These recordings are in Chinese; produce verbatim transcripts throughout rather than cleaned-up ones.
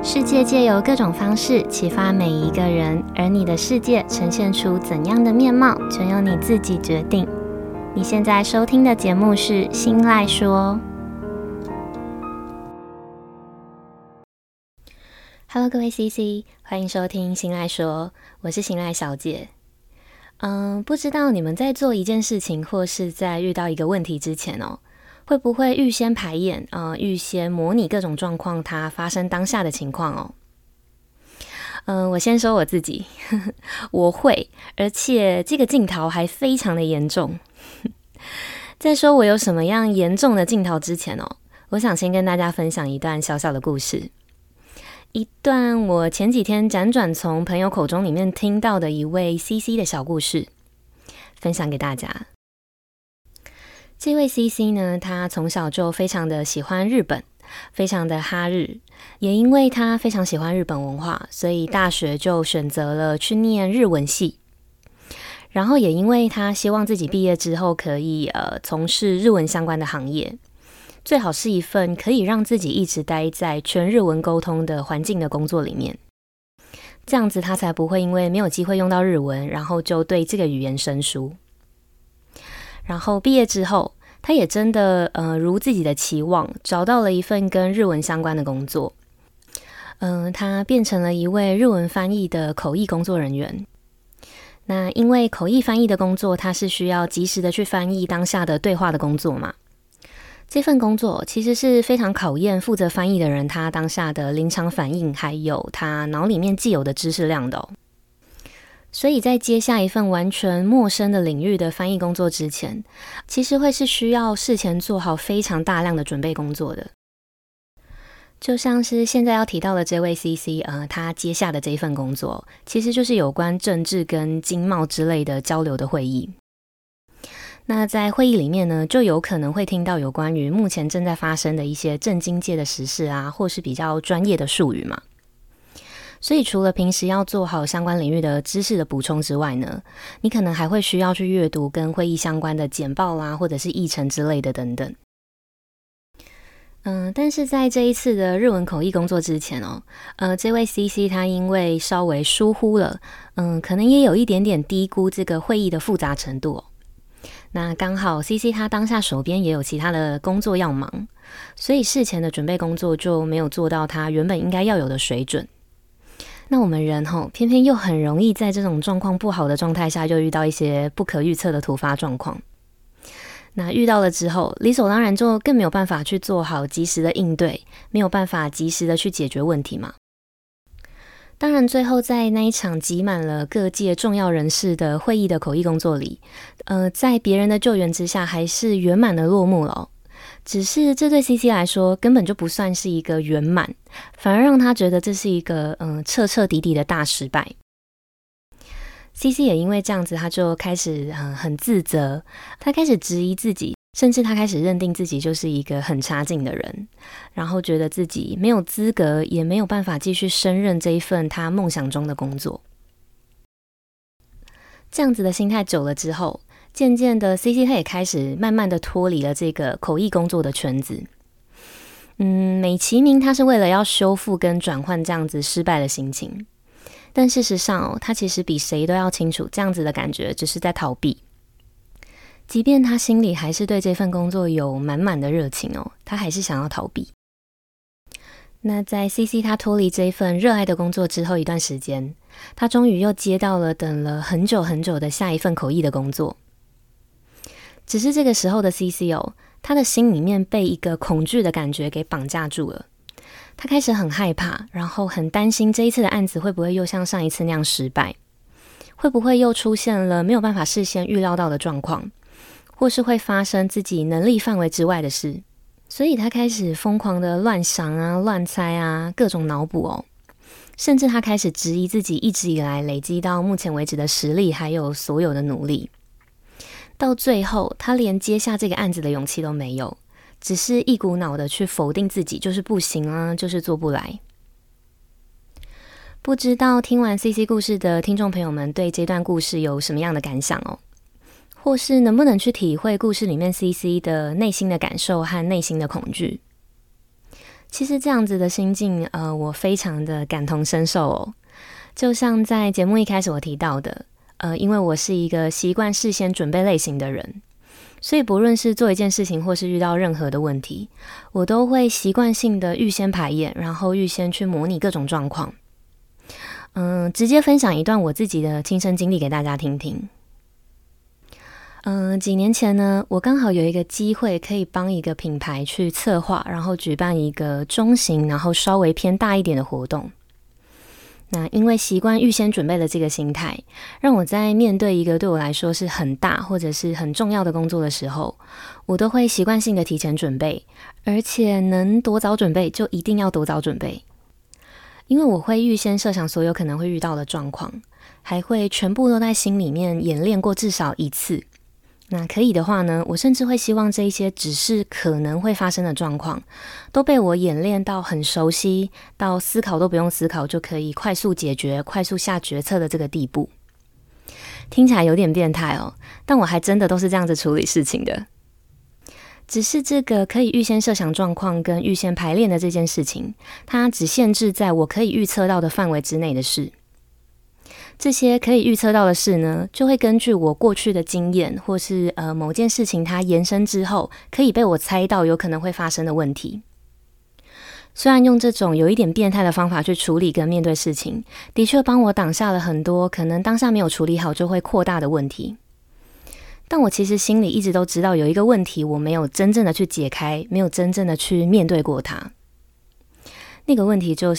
世界借由各种方式启发每一个人，而你的世界呈现出怎样的面貌，全由你自己决定。你现在收听的节目是《心赖说》。Hello， 各位 C C， 欢迎收听《心赖说》，我是心赖小姐。嗯，不知道你们在做一件事情，或是在遇到一个问题之前哦，会不会预先排演，呃，预先模拟各种状况它发生当下的情况哦？嗯、呃，我先说我自己，呵呵我会，而且这个镜头还非常的严重。在说我有什么样严重的镜头之前哦，我想先跟大家分享一段小小的故事，一段我前几天辗转从朋友口中里面听到的一位 C C 的小故事，分享给大家。这位 C C 呢，他从小就非常的喜欢日本，非常的哈日，也因为他非常喜欢日本文化，所以大学就选择了去念日文系。然后也因为他希望自己毕业之后可以呃从事日文相关的行业，最好是一份可以让自己一直待在全日文沟通的环境的工作里面，这样子他才不会因为没有机会用到日文，然后就对这个语言生疏。然后毕业之后，他也真的呃如自己的期望，找到了一份跟日文相关的工作。嗯、呃，他变成了一位日文翻译的口译工作人员。那因为口译翻译的工作，他是需要及时的去翻译当下的对话的工作嘛。这份工作其实是非常考验负责翻译的人他当下的临场反应，还有他脑里面既有的知识量的哦。所以在接下一份完全陌生的领域的翻译工作之前，其实会是需要事前做好非常大量的准备工作的。就像是现在要提到的这位 C C， 呃，他接下的这一份工作，其实就是有关政治跟经贸之类的交流的会议。那在会议里面呢，就有可能会听到有关于目前正在发生的一些政经界的时事啊，或是比较专业的术语嘛。所以除了平时要做好相关领域的知识的补充之外呢，你可能还会需要去阅读跟会议相关的简报啦，或者是议程之类的等等。嗯，但是在这一次的日文口译工作之前哦，呃，这位 C C 他因为稍微疏忽了，嗯，可能也有一点点低估这个会议的复杂程度哦。那刚好 C C 他当下手边也有其他的工作要忙，所以事前的准备工作就没有做到他原本应该要有的水准。那我们人吼，偏偏又很容易在这种状况不好的状态下，就遇到一些不可预测的突发状况。那遇到了之后，理所当然就更没有办法去做好及时的应对，没有办法及时的去解决问题嘛。当然最后在那一场挤满了各界重要人士的会议的口译工作里，呃，在别人的救援之下，还是圆满的落幕了哦。只是这对 C C 来说根本就不算是一个圆满，反而让他觉得这是一个嗯、呃、彻彻底底的大失败。C C 也因为这样子，他就开始、呃、很自责，他开始质疑自己，甚至他开始认定自己就是一个很差劲的人，然后觉得自己没有资格，也没有办法继续胜任这一份他梦想中的工作。这样子的心态久了之后，渐渐的 C C 他也开始慢慢的脱离了这个口译工作的圈子。嗯，美其名他是为了要修复跟转换这样子失败的心情，但事实上哦，他其实比谁都要清楚，这样子的感觉只是在逃避。即便他心里还是对这份工作有满满的热情哦，他还是想要逃避。那在 C C 他脱离这一份热爱的工作之后一段时间，他终于又接到了等了很久很久的下一份口译的工作。只是这个时候的 C C 哦，他的心里面被一个恐惧的感觉给绑架住了。他开始很害怕，然后很担心这一次的案子会不会又像上一次那样失败，会不会又出现了没有办法事先预料到的状况，或是会发生自己能力范围之外的事。所以他开始疯狂的乱想啊、乱猜啊，各种脑补哦，甚至他开始质疑自己一直以来累积到目前为止的实力，还有所有的努力。到最后，他连接下这个案子的勇气都没有，只是一股脑的去否定自己，就是不行啊，就是做不来。不知道听完 C C 故事的听众朋友们对这段故事有什么样的感想哦？或是能不能去体会故事里面 C C 的内心的感受和内心的恐惧？ 其实这样子的心境，呃，我非常的感同身受哦。就像在节目一开始我提到的，呃，因为我是一个习惯事先准备类型的人，所以不论是做一件事情或是遇到任何的问题，我都会习惯性的预先排演，然后预先去模拟各种状况。嗯、呃，直接分享一段我自己的亲身经历给大家听听。嗯、呃，几年前呢，我刚好有一个机会可以帮一个品牌去策划，然后举办一个中型，然后稍微偏大一点的活动。那因为习惯预先准备的这个心态，让我在面对一个对我来说是很大或者是很重要的工作的时候，我都会习惯性的提前准备，而且能多早准备就一定要多早准备。因为我会预先设想所有可能会遇到的状况，还会全部都在心里面演练过至少一次。那可以的话呢，我甚至会希望这一些只是可能会发生的状况，都被我演练到很熟悉，到思考都不用思考就可以快速解决、快速下决策的这个地步。听起来有点变态哦，但我还真的都是这样子处理事情的。只是这个可以预先设想状况跟预先排练的这件事情，它只限制在我可以预测到的范围之内的事。这些可以预测到的事呢，就会根据我过去的经验，或是呃某件事情它延伸之后，可以被我猜到有可能会发生的问题。虽然用这种有一点变态的方法去处理跟面对事情，的确帮我挡下了很多可能当下没有处理好就会扩大的问题。但我其实心里一直都知道有一个问题我没有真正的去解开，没有真正的去面对过它。那个问题就是，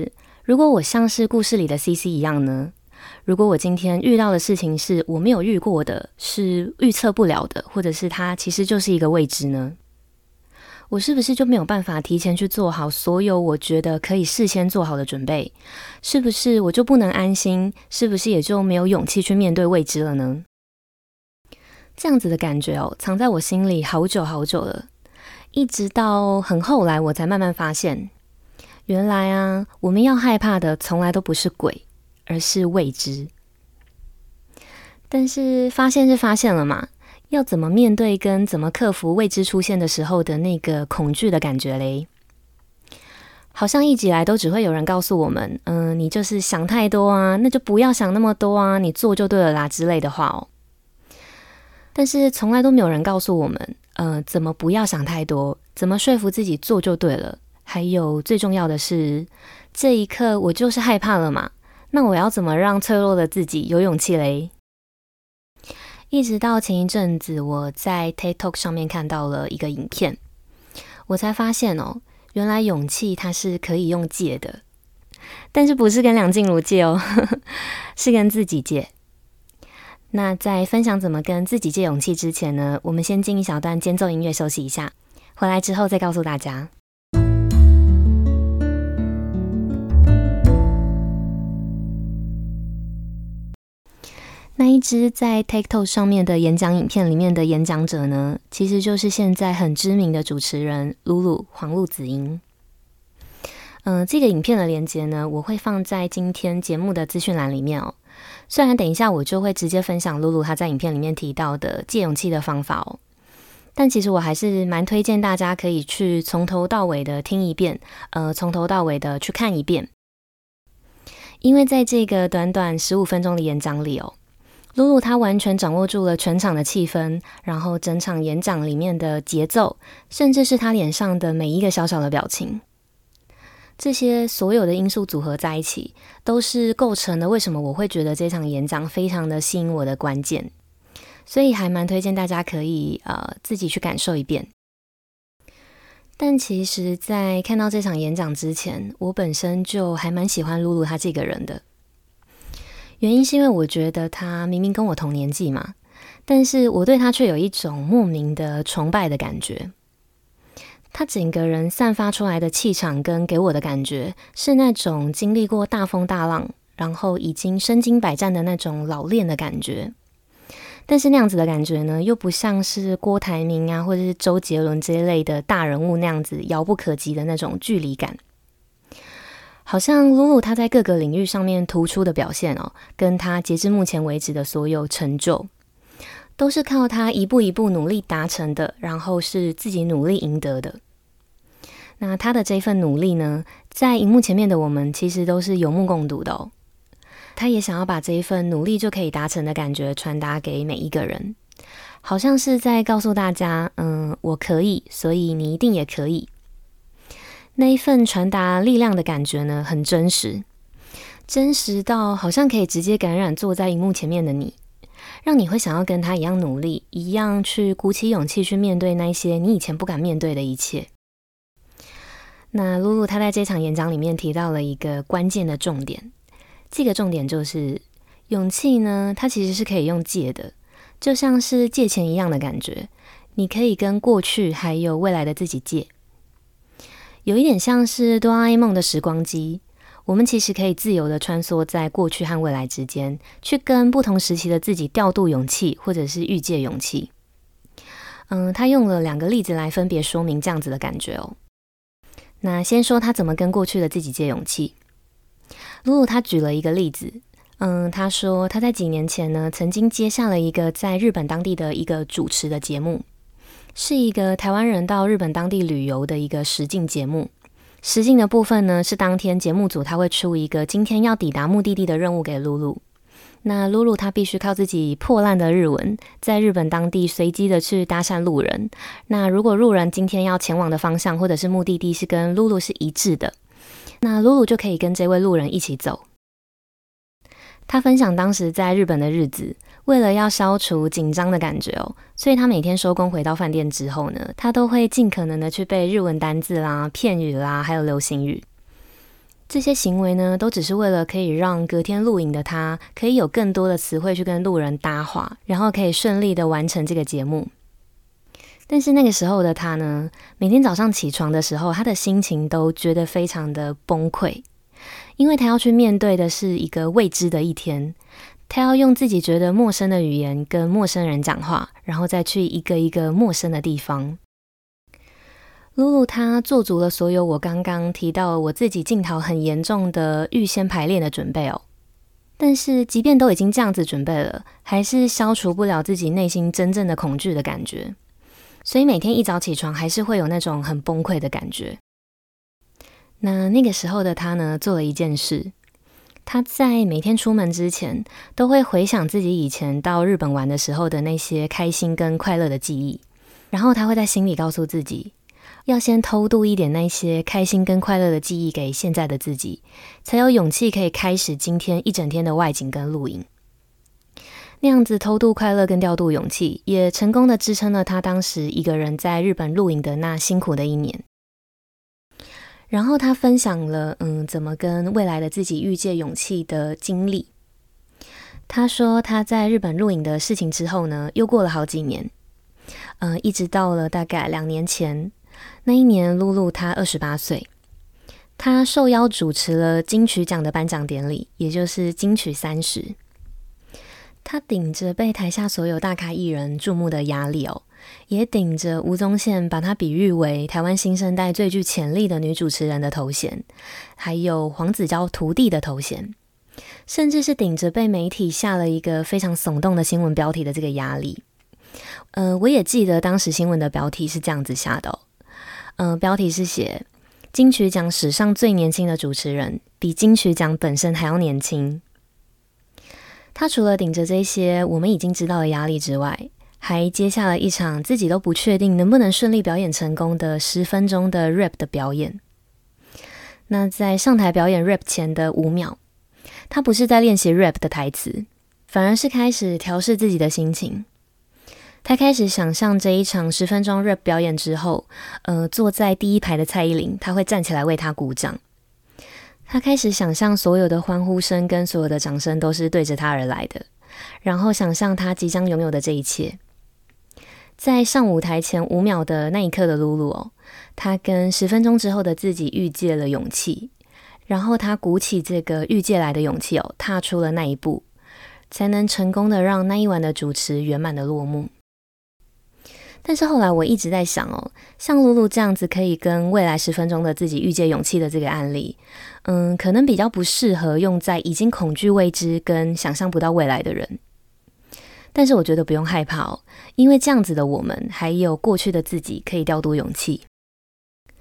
如果我像是故事里的 C C 一样呢？如果我今天遇到的事情是我没有遇过的，是预测不了的，或者是它其实就是一个未知呢？我是不是就没有办法提前去做好所有我觉得可以事先做好的准备？是不是我就不能安心？是不是也就没有勇气去面对未知了呢？这样子的感觉哦，藏在我心里好久好久了，一直到很后来我才慢慢发现，原来啊，我们要害怕的从来都不是鬼，而是未知。但是发现是发现了嘛，要怎么面对跟怎么克服未知出现的时候的那个恐惧的感觉嘞？好像一直以来都只会有人告诉我们，嗯、呃，你就是想太多啊，那就不要想那么多啊，你做就对了啦之类的话哦。但是从来都没有人告诉我们，呃，怎么不要想太多，怎么说服自己做就对了。还有最重要的是，这一刻我就是害怕了嘛，那我要怎么让脆弱的自己有勇气嘞？一直到前一阵子，我在 TikTok 上面看到了一个影片，我才发现哦，原来勇气它是可以用借的，但是不是跟梁静茹借哦，是跟自己借。那在分享怎么跟自己借勇气之前呢，我们先进一小段间奏音乐休息一下，回来之后再告诉大家。那一支在 TikTok 上面的演讲影片里面的演讲者呢，其实就是现在很知名的主持人露露黄路梓茵。嗯、呃，这个影片的连结呢，我会放在今天节目的资讯栏里面哦。虽然等一下我就会直接分享露露她在影片里面提到的借勇气的方法哦，但其实我还是蛮推荐大家可以去从头到尾的听一遍，呃，从头到尾的去看一遍，因为在这个短短十五分钟的演讲里哦，露露她完全掌握住了全场的气氛，然后整场演讲里面的节奏，甚至是她脸上的每一个小小的表情。这些所有的因素组合在一起，都是构成了为什么我会觉得这场演讲非常的吸引我的关键。所以还蛮推荐大家可以呃自己去感受一遍。但其实在看到这场演讲之前，我本身就还蛮喜欢露露她这个人的。原因是因为我觉得她明明跟我同年纪嘛，但是我对她却有一种莫名的崇拜的感觉。他整个人散发出来的气场跟给我的感觉，是那种经历过大风大浪，然后已经身经百战的那种老练的感觉。但是那样子的感觉呢，又不像是郭台铭啊，或者是周杰伦这一类的大人物那样子遥不可及的那种距离感。好像露露她在各个领域上面突出的表现哦，跟她截至目前为止的所有成就，都是靠她一步一步努力达成的，然后是自己努力赢得的。 那他的这份努力呢，在荧幕前面的我们其实都是有目共睹的哦。他也想要把这一份努力就可以达成的感觉传达给每一个人，好像是在告诉大家，嗯，我可以，所以你一定也可以。那一份传达力量的感觉呢，很真实，真实到好像可以直接感染坐在荧幕前面的你，让你会想要跟他一样努力，一样去鼓起勇气去面对那些你以前不敢面对的一切。那露露她在这场演讲里面提到了一个关键的重点，这个重点就是勇气呢，它其实是可以用借的，就像是借钱一样的感觉，你可以跟过去还有未来的自己借。有一点像是哆啦 A 梦的时光机，我们其实可以自由的穿梭在过去和未来之间，去跟不同时期的自己调度勇气，或者是预借勇气。嗯，他用了两个例子来分别说明这样子的感觉哦。那先说他怎么跟过去的自己借勇气。露露他举了一个例子，嗯，他说他在几年前呢，曾经接下了一个在日本当地的一个主持的节目，是一个台湾人到日本当地旅游的一个实境节目。实境的部分呢，是当天节目组他会出一个今天要抵达目的地的任务给露露。那露露她必须靠自己破烂的日文，在日本当地随机的去搭讪路人。那如果路人今天要前往的方向或者是目的地是跟露露是一致的，那露露就可以跟这位路人一起走。他分享当时在日本的日子，为了要消除紧张的感觉哦，所以他每天收工回到饭店之后呢，他都会尽可能的去背日文单字啦、片语啦，还有流行语。这些行为呢，都只是为了可以让隔天录影的他可以有更多的词汇去跟路人搭话，然后可以顺利的完成这个节目。但是那个时候的他呢，每天早上起床的时候，他的心情都觉得非常的崩溃，因为他要去面对的是一个未知的一天，他要用自己觉得陌生的语言跟陌生人讲话，然后再去一个一个陌生的地方。露露她做足了所有我刚刚提到我自己镜头很严重的预先排练的准备哦，但是即便都已经这样子准备了，还是消除不了自己内心真正的恐惧的感觉，所以每天一早起床还是会有那种很崩溃的感觉。那那个时候的她呢，做了一件事，她在每天出门之前都会回想自己以前到日本玩的时候的那些开心跟快乐的记忆，然后她会在心里告诉自己，要先偷渡一点那些开心跟快乐的记忆给现在的自己，才有勇气可以开始今天一整天的外景跟录影。那样子偷渡快乐跟调度勇气，也成功的支撑了他当时一个人在日本录影的那辛苦的一年。然后他分享了嗯，怎么跟未来的自己预借勇气的经历。他说他在日本录影的事情之后呢，又过了好几年，呃，一直到了大概两年前，那一年露露她二十八岁，她受邀主持了金曲奖的颁奖典礼，也就是金曲三十。她顶着被台下所有大咖艺人注目的压力哦，也顶着吴宗宪把她比喻为台湾新生代最具潜力的女主持人的头衔，还有黄子佼徒弟的头衔，甚至是顶着被媒体下了一个非常耸动的新闻标题的这个压力。呃，我也记得当时新闻的标题是这样子下的哦，呃，标题是写金曲奖史上最年轻的主持人，比金曲奖本身还要年轻。他除了顶着这些我们已经知道的压力之外，还接下了一场自己都不确定能不能顺利表演成功的十分钟的 rap 的表演。那在上台表演 rap 前的五秒，他不是在练习 rap 的台词，反而是开始调试自己的心情。他开始想象这一场十分钟 rap 表演之后，呃，坐在第一排的蔡依林，他会站起来为他鼓掌。他开始想象所有的欢呼声跟所有的掌声都是对着他而来的，然后想象他即将拥有的这一切。在上舞台前五秒的那一刻的露露哦，他跟十分钟之后的自己预借了勇气，然后他鼓起这个预借来的勇气哦，踏出了那一步，才能成功的让那一晚的主持圆满的落幕。但是后来我一直在想哦，像露露这样子可以跟未来十分钟的自己预借勇气的这个案例，嗯，可能比较不适合用在已经恐惧未知跟想象不到未来的人。但是我觉得不用害怕哦，因为这样子的我们还有过去的自己可以调度勇气。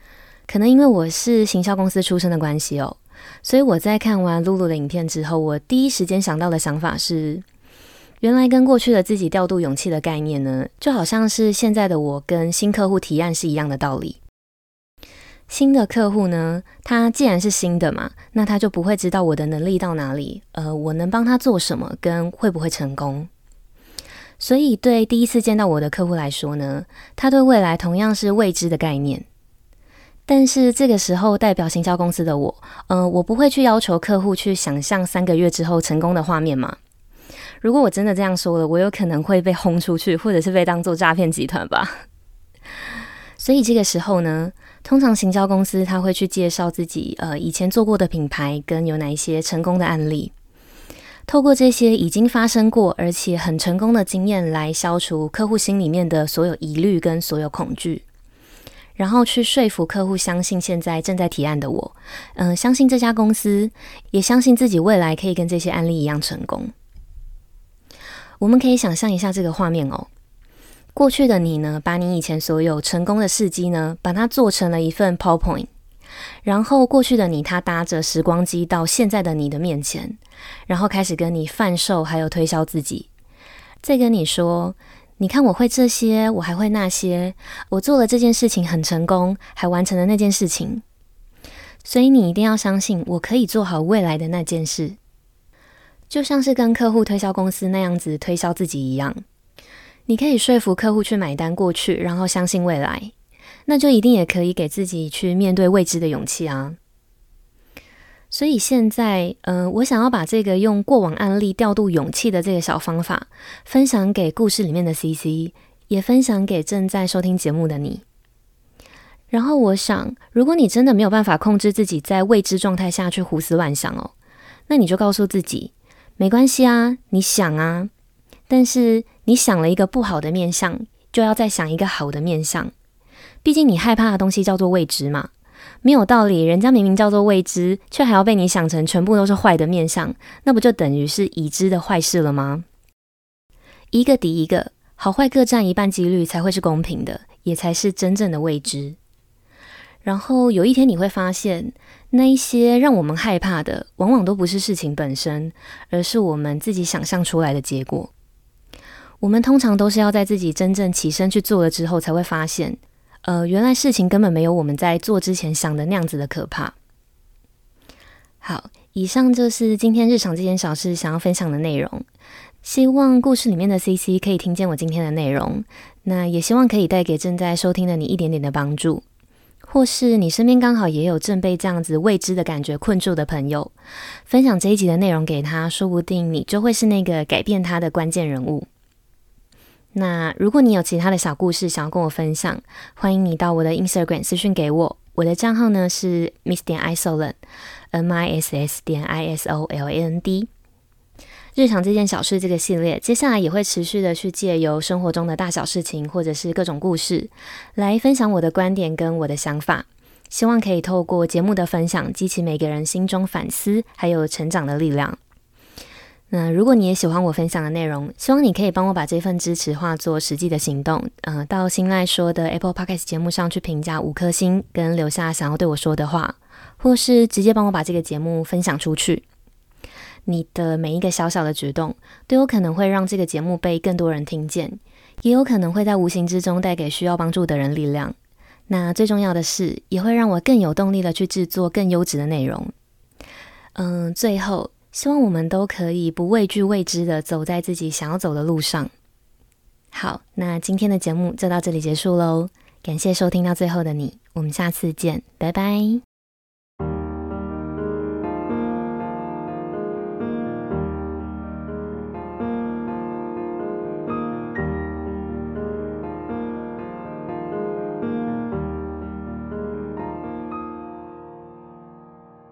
可能因为我是行销公司出身的关系哦，所以我在看完露露的影片之后，我第一时间想到的想法是，原来跟过去的自己调度勇气的概念呢，就好像是现在的我跟新客户提案是一样的道理。新的客户呢，他既然是新的嘛，那他就不会知道我的能力到哪里，呃，我能帮他做什么，跟会不会成功。所以对第一次见到我的客户来说呢，他对未来同样是未知的概念。但是这个时候代表行销公司的我，呃，我不会去要求客户去想象三个月之后成功的画面嘛。如果我真的这样说了，我有可能会被轰出去，或者是被当作诈骗集团吧。所以这个时候呢，通常行销公司他会去介绍自己呃以前做过的品牌跟有哪一些成功的案例，透过这些已经发生过而且很成功的经验来消除客户心里面的所有疑虑跟所有恐惧，然后去说服客户相信现在正在提案的我，嗯、呃，相信这家公司，也相信自己未来可以跟这些案例一样成功。我们可以想象一下这个画面哦。过去的你呢，把你以前所有成功的事迹呢，把它做成了一份 PowerPoint， 然后过去的你他搭着时光机到现在的你的面前，然后开始跟你贩售还有推销自己，再跟你说，你看我会这些，我还会那些，我做了这件事情很成功，还完成了那件事情，所以你一定要相信我可以做好未来的那件事。就像是跟客户推销公司那样子推销自己一样，你可以说服客户去买单过去，然后相信未来，那就一定也可以给自己去面对未知的勇气啊。所以现在，呃，我想要把这个用过往案例调度勇气的这个小方法，分享给故事里面的 C C， 也分享给正在收听节目的你。然后我想，如果你真的没有办法控制自己在未知状态下去胡思乱想哦，那你就告诉自己，没关系啊，你想啊，但是你想了一个不好的面向，就要再想一个好的面向。毕竟你害怕的东西叫做未知嘛，没有道理，人家明明叫做未知，却还要被你想成全部都是坏的面向，那不就等于是已知的坏事了吗？一个敌一个，好坏各占一半几率才会是公平的，也才是真正的未知。然后有一天你会发现，那一些让我们害怕的，往往都不是事情本身，而是我们自己想象出来的结果。我们通常都是要在自己真正起身去做了之后，才会发现，呃，原来事情根本没有我们在做之前想的那样子的可怕。好，以上就是今天日常这件小事想要分享的内容。希望故事里面的 C C 可以听见我今天的内容，那也希望可以带给正在收听的你一点点的帮助。或是你身边刚好也有正被这样子未知的感觉困住的朋友，分享这一集的内容给他，说不定你就会是那个改变他的关键人物。那如果你有其他的小故事想要跟我分享，欢迎你到我的 Instagram 私讯给我，我的账号呢是 miss 点 isoland M I S S 点 I S O L A N D。 日常这件小事这个系列接下来也会持续的去借由生活中的大小事情或者是各种故事来分享我的观点跟我的想法，希望可以透过节目的分享激起每个人心中反思还有成长的力量。那如果你也喜欢我分享的内容，希望你可以帮我把这份支持化作实际的行动，呃，到新赖说的 Apple Podcast 节目上去评价五颗星跟留下想要对我说的话，或是直接帮我把这个节目分享出去。你的每一个小小的举动都有可能会让这个节目被更多人听见，也有可能会在无形之中带给需要帮助的人力量。那最重要的是，也会让我更有动力的去制作更优质的内容。嗯，最后希望我们都可以不畏惧未知的走在自己想要走的路上。好，那今天的节目就到这里结束咯，感谢收听到最后的你，我们下次见，拜拜。